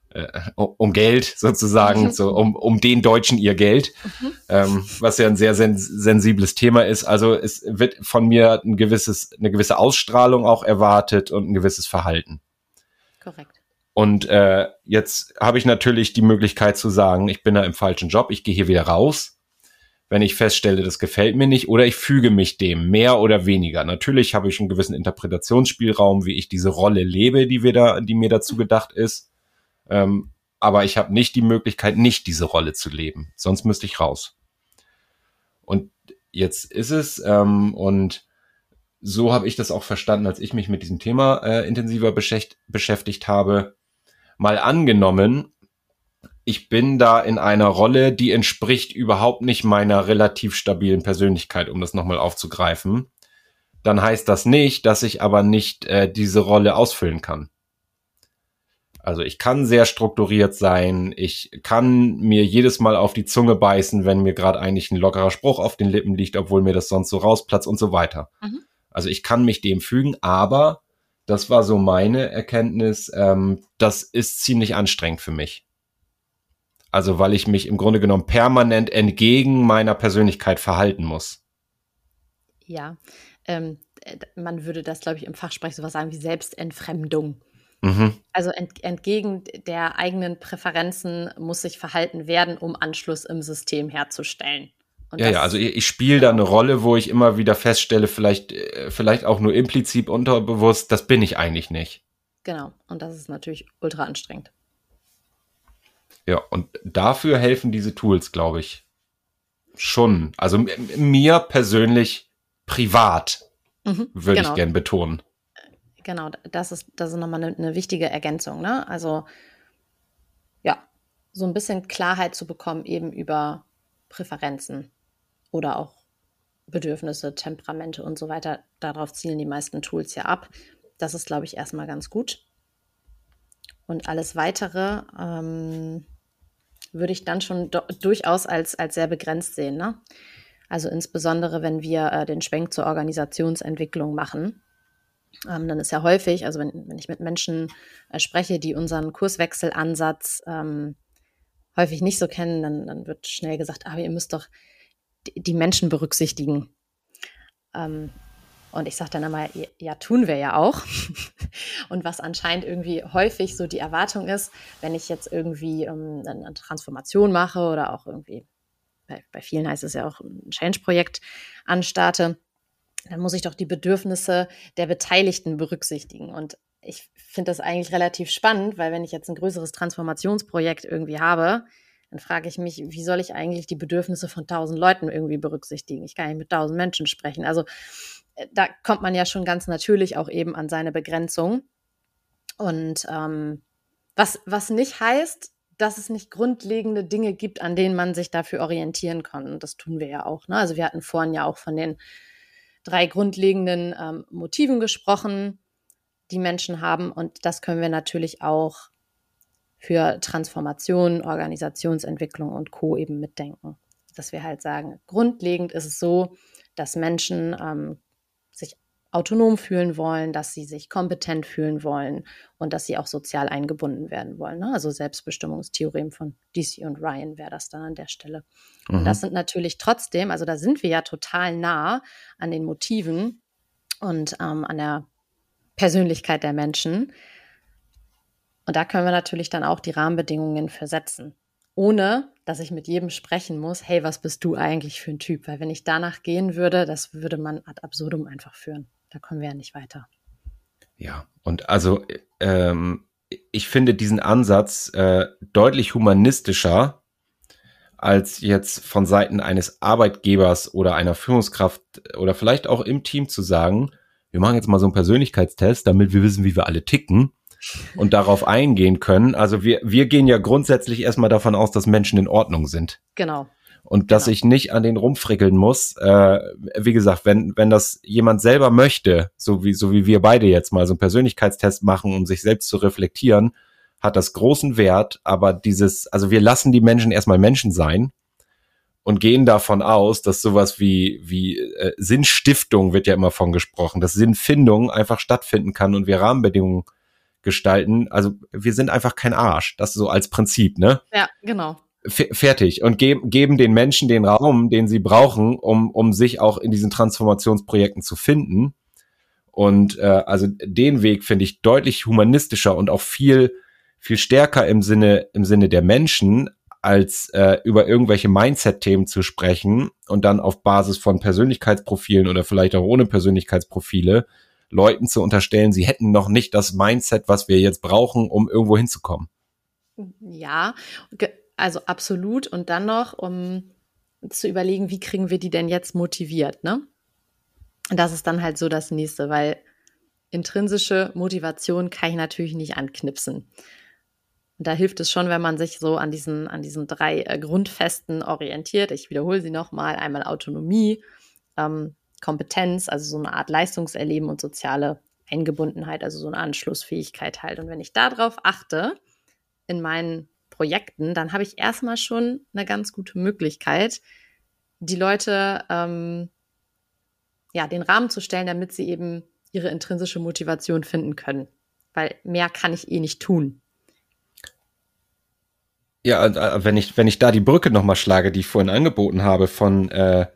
Geld sozusagen, so um den Deutschen ihr Geld, was ja ein sehr sensibles Thema ist. Also es wird von mir eine gewisse Ausstrahlung auch erwartet und ein gewisses Verhalten. Korrekt. Und jetzt habe ich natürlich die Möglichkeit zu sagen, ich bin da im falschen Job, ich gehe hier wieder raus, wenn ich feststelle, das gefällt mir nicht, oder ich füge mich dem, mehr oder weniger. Natürlich habe ich einen gewissen Interpretationsspielraum, wie ich diese Rolle lebe, die mir dazu gedacht ist. Aber ich habe nicht die Möglichkeit, nicht diese Rolle zu leben. Sonst müsste ich raus. Und jetzt ist es, und so habe ich das auch verstanden, als ich mich mit diesem Thema intensiver beschäftigt habe. Mal angenommen, ich bin da in einer Rolle, die entspricht überhaupt nicht meiner relativ stabilen Persönlichkeit, um das nochmal aufzugreifen. Dann heißt das nicht, dass ich aber nicht diese Rolle ausfüllen kann. Also ich kann sehr strukturiert sein, ich kann mir jedes Mal auf die Zunge beißen, wenn mir gerade eigentlich ein lockerer Spruch auf den Lippen liegt, obwohl mir das sonst so rausplatzt und so weiter. Also ich kann mich dem fügen, aber das war so meine Erkenntnis, das ist ziemlich anstrengend für mich. Also weil ich mich im Grunde genommen permanent entgegen meiner Persönlichkeit verhalten muss. Ja, man würde das, glaube ich, im Fachsprech sowas sagen wie Selbstentfremdung. Also entgegen der eigenen Präferenzen muss sich verhalten werden, um Anschluss im System herzustellen. Und ja, also ich spiele da eine Rolle, wo ich immer wieder feststelle, vielleicht auch nur implizit unterbewusst, das bin ich eigentlich nicht. Genau. Und das ist natürlich ultra anstrengend. Ja, und dafür helfen diese Tools, glaube ich, schon. Also mir persönlich privat würde ich gern betonen. Genau, das ist nochmal eine wichtige Ergänzung, ne? Also ja, so ein bisschen Klarheit zu bekommen eben über Präferenzen oder auch Bedürfnisse, Temperamente und so weiter. Darauf zielen die meisten Tools ja ab. Das ist, glaube ich, erstmal ganz gut. Und alles Weitere würde ich dann schon durchaus als sehr begrenzt sehen, ne? Also insbesondere, wenn wir den Schwenk zur Organisationsentwicklung machen. Dann ist ja häufig, also wenn ich mit Menschen spreche, die unseren Kurswechselansatz häufig nicht so kennen, dann wird schnell gesagt, aber ihr müsst doch die Menschen berücksichtigen. Und ich sage dann immer, ja, tun wir ja auch. Und was anscheinend irgendwie häufig so die Erwartung ist, wenn ich jetzt irgendwie eine Transformation mache oder auch irgendwie, bei vielen heißt es ja auch ein Change-Projekt anstarte, dann muss ich doch die Bedürfnisse der Beteiligten berücksichtigen. Und ich finde das eigentlich relativ spannend, weil wenn ich jetzt ein größeres Transformationsprojekt irgendwie habe, dann frage ich mich, wie soll ich eigentlich die Bedürfnisse von 1000 Leuten irgendwie berücksichtigen? Ich kann nicht mit 1000 Menschen sprechen. Also da kommt man ja schon ganz natürlich auch eben an seine Begrenzung. Und was nicht heißt, dass es nicht grundlegende Dinge gibt, an denen man sich dafür orientieren kann. Und das tun wir ja auch, ne? Also wir hatten vorhin ja auch von den 3 grundlegenden Motiven gesprochen, die Menschen haben. Und das können wir natürlich auch für Transformation, Organisationsentwicklung und Co. eben mitdenken. Dass wir halt sagen, grundlegend ist es so, dass Menschen sich autonom fühlen wollen, dass sie sich kompetent fühlen wollen und dass sie auch sozial eingebunden werden wollen, ne? Also Selbstbestimmungstheorem von DC und Ryan wäre das dann an der Stelle. Und das sind natürlich trotzdem, also da sind wir ja total nah an den Motiven und an der Persönlichkeit der Menschen. Und da können wir natürlich dann auch die Rahmenbedingungen für setzen, ohne dass ich mit jedem sprechen muss, hey, was bist du eigentlich für ein Typ? Weil wenn ich danach gehen würde, das würde man ad absurdum einfach führen. Da kommen wir ja nicht weiter. Ja, und also ich finde diesen Ansatz deutlich humanistischer, als jetzt von Seiten eines Arbeitgebers oder einer Führungskraft oder vielleicht auch im Team zu sagen, wir machen jetzt mal so einen Persönlichkeitstest, damit wir wissen, wie wir alle ticken und darauf eingehen können. Also wir gehen ja grundsätzlich erstmal davon aus, dass Menschen in Ordnung sind. Genau. Und dass ich nicht an den rumfrickeln muss. Wie gesagt, wenn das jemand selber möchte, so wie wir beide jetzt mal so einen Persönlichkeitstest machen, um sich selbst zu reflektieren, hat das großen Wert. Aber also wir lassen die Menschen erstmal Menschen sein und gehen davon aus, dass sowas wie Sinnstiftung wird ja immer von gesprochen, dass Sinnfindung einfach stattfinden kann und wir Rahmenbedingungen gestalten. Also wir sind einfach kein Arsch. Das so als Prinzip, ne? Ja, genau. Fertig und geben den Menschen den Raum, den sie brauchen, um sich auch in diesen Transformationsprojekten zu finden. Und also den Weg finde ich deutlich humanistischer und auch viel, viel stärker im Sinne der Menschen, als über irgendwelche Mindset-Themen zu sprechen und dann auf Basis von Persönlichkeitsprofilen oder vielleicht auch ohne Persönlichkeitsprofile Leuten zu unterstellen, sie hätten noch nicht das Mindset, was wir jetzt brauchen, um irgendwo hinzukommen. Ja, also absolut. Und dann noch, um zu überlegen, wie kriegen wir die denn jetzt motiviert, ne? Und das ist dann halt so das Nächste, weil intrinsische Motivation kann ich natürlich nicht anknipsen. Und da hilft es schon, wenn man sich so an diesen 3 Grundfesten orientiert. Ich wiederhole sie nochmal. Einmal Autonomie, Kompetenz, also so eine Art Leistungserleben und soziale Eingebundenheit, also so eine Anschlussfähigkeit halt. Und wenn ich darauf achte in meinen Projekten, dann habe ich erstmal schon eine ganz gute Möglichkeit, die Leute den Rahmen zu stellen, damit sie eben ihre intrinsische Motivation finden können. Weil mehr kann ich nicht tun. Ja, wenn ich da die Brücke nochmal schlage, die ich vorhin angeboten habe, von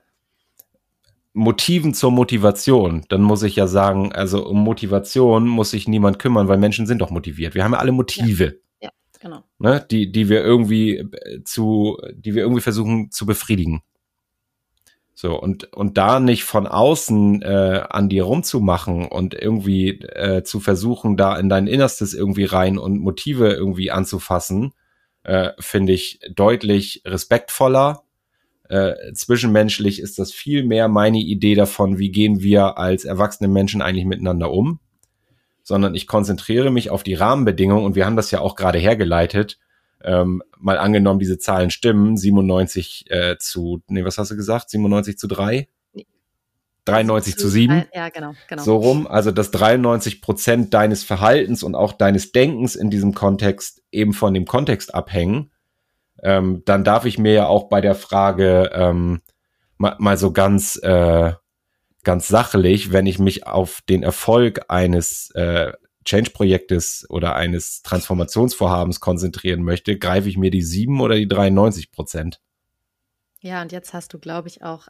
Motiven zur Motivation, dann muss ich ja sagen, also um Motivation muss sich niemand kümmern, weil Menschen sind doch motiviert. Wir haben ja alle Motive. Ja, genau. Ne, die wir irgendwie versuchen zu befriedigen. So, und da nicht von außen an dir rumzumachen und irgendwie zu versuchen, da in dein Innerstes irgendwie rein und Motive irgendwie anzufassen, finde ich deutlich respektvoller. Zwischenmenschlich ist das viel mehr meine Idee davon, wie gehen wir als erwachsene Menschen eigentlich miteinander um, sondern ich konzentriere mich auf die Rahmenbedingungen und wir haben das ja auch gerade hergeleitet, mal angenommen, diese Zahlen stimmen, 97 was hast du gesagt? 97 zu 3? 93 zu 7? Ja, genau. So rum, also dass 93% deines Verhaltens und auch deines Denkens in diesem Kontext eben von dem Kontext abhängen, dann darf ich mir ja auch bei der Frage mal so ganz sachlich, wenn ich mich auf den Erfolg eines Change-Projektes oder eines Transformationsvorhabens konzentrieren möchte, greife ich mir die 7 oder die 93%? Ja, und jetzt hast du, glaube ich, auch,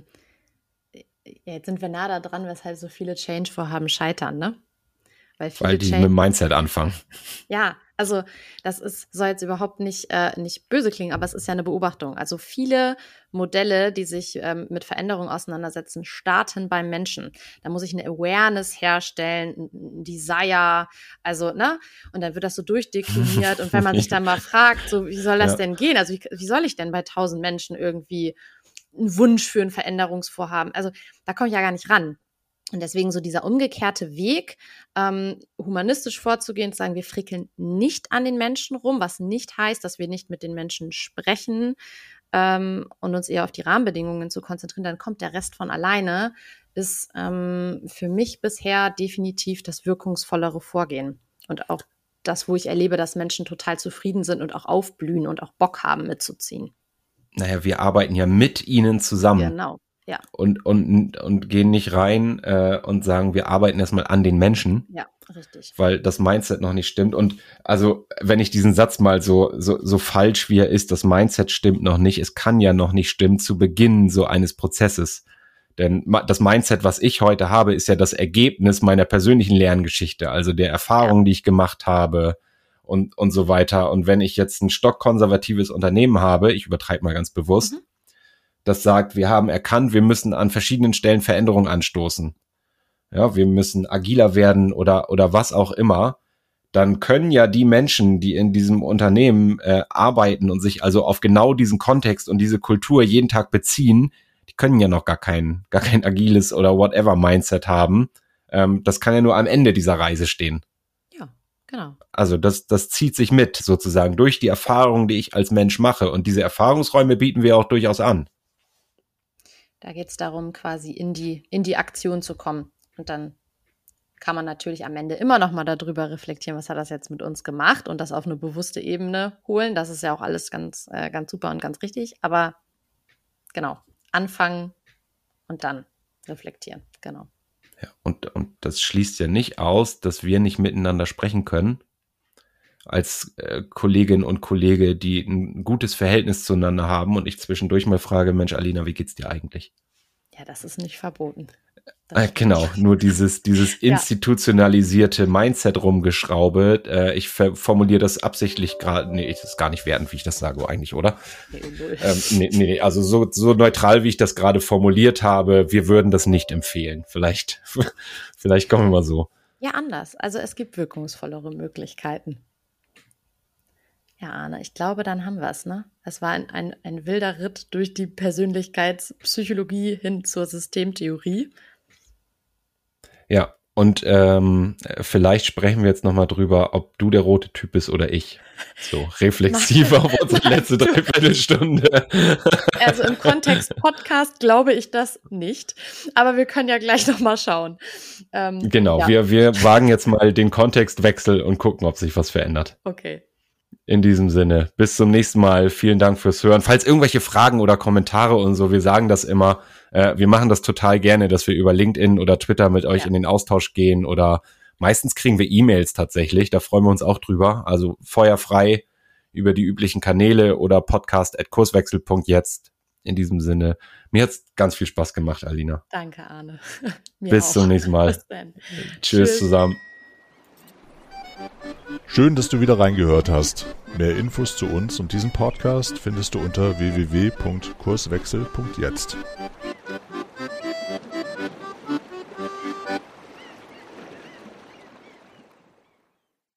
jetzt sind wir nah da dran, weshalb so viele Change-Vorhaben scheitern, ne? Weil die mit dem Mindset anfangen. Ja, also soll jetzt überhaupt nicht böse klingen, aber es ist ja eine Beobachtung. Also viele Modelle, die sich mit Veränderung auseinandersetzen, starten beim Menschen. Da muss ich eine Awareness herstellen, ein Desire, also, ne? Und dann wird das so durchdekliniert. Und wenn man sich dann mal fragt, so, wie soll das denn gehen? Also, wie soll ich denn bei 1000 Menschen irgendwie einen Wunsch für ein Veränderungsvorhaben? Also, da komme ich ja gar nicht ran. Und deswegen so dieser umgekehrte Weg, humanistisch vorzugehen, zu sagen, wir frickeln nicht an den Menschen rum, was nicht heißt, dass wir nicht mit den Menschen sprechen und uns eher auf die Rahmenbedingungen zu konzentrieren, dann kommt der Rest von alleine, ist für mich bisher definitiv das wirkungsvollere Vorgehen. Und auch das, wo ich erlebe, dass Menschen total zufrieden sind und auch aufblühen und auch Bock haben mitzuziehen. Naja, wir arbeiten ja mit ihnen zusammen. Genau. Ja. Und gehen nicht rein und sagen, wir arbeiten erstmal an den Menschen. Ja, richtig. Weil das Mindset noch nicht stimmt. Und also, wenn ich diesen Satz mal so falsch wie er ist, das Mindset stimmt noch nicht, es kann ja noch nicht stimmen zu Beginn so eines Prozesses. Denn das Mindset, was ich heute habe, ist ja das Ergebnis meiner persönlichen Lerngeschichte, also der Erfahrungen, die ich gemacht habe und so weiter. Und wenn ich jetzt ein stockkonservatives Unternehmen habe, ich übertreibe mal ganz bewusst, das sagt, wir haben erkannt, wir müssen an verschiedenen Stellen Veränderungen anstoßen. Ja, wir müssen agiler werden oder was auch immer. Dann können ja die Menschen, die in diesem Unternehmen arbeiten und sich also auf genau diesen Kontext und diese Kultur jeden Tag beziehen, die können ja noch gar kein agiles oder whatever Mindset haben. Das kann ja nur am Ende dieser Reise stehen. Ja, genau. Also das zieht sich mit sozusagen durch die Erfahrungen, die ich als Mensch mache. Und diese Erfahrungsräume bieten wir auch durchaus an. Da geht es darum, quasi in die Aktion zu kommen. Und dann kann man natürlich am Ende immer noch mal darüber reflektieren, was hat das jetzt mit uns gemacht und das auf eine bewusste Ebene holen. Das ist ja auch alles ganz super und ganz richtig. Aber genau, anfangen und dann reflektieren. Genau. Ja, und das schließt ja nicht aus, dass wir nicht miteinander sprechen können. Als Kollegin und Kollege, die ein gutes Verhältnis zueinander haben und ich zwischendurch mal frage, Mensch, Alina, wie geht's dir eigentlich? Ja, das ist nicht verboten. Genau, nur dieses institutionalisierte Mindset rumgeschraube. Ich formuliere das absichtlich gerade, das ist gar nicht wertend, wie ich das sage eigentlich, oder? Nee, also so neutral, wie ich das gerade formuliert habe, wir würden das nicht empfehlen. Vielleicht kommen wir mal so. Ja, anders. Also es gibt wirkungsvollere Möglichkeiten. Ja, Arne, ich glaube, dann haben wir es, ne? Es war ein wilder Ritt durch die Persönlichkeitspsychologie hin zur Systemtheorie. Ja, und vielleicht sprechen wir jetzt nochmal drüber, ob du der rote Typ bist oder ich. So reflexiv auf unsere letzte Dreiviertelstunde. Also im Kontext Podcast glaube ich das nicht, aber wir können ja gleich nochmal schauen. Genau, ja. wir wagen jetzt mal den Kontextwechsel und gucken, ob sich was verändert. Okay. In diesem Sinne, bis zum nächsten Mal. Vielen Dank fürs Hören. Falls irgendwelche Fragen oder Kommentare und so, wir sagen das immer, wir machen das total gerne, dass wir über LinkedIn oder Twitter mit euch in den Austausch gehen oder meistens kriegen wir E-Mails tatsächlich, da freuen wir uns auch drüber. Also feuerfrei über die üblichen Kanäle oder podcast@kurswechsel.jetzt. In diesem Sinne, mir hat's ganz viel Spaß gemacht, Alina. Danke, Arne. Bis zum nächsten Mal. Bis dann. Tschüss zusammen. Schön, dass du wieder reingehört hast. Mehr Infos zu uns und diesem Podcast findest du unter www.kurswechsel.jetzt.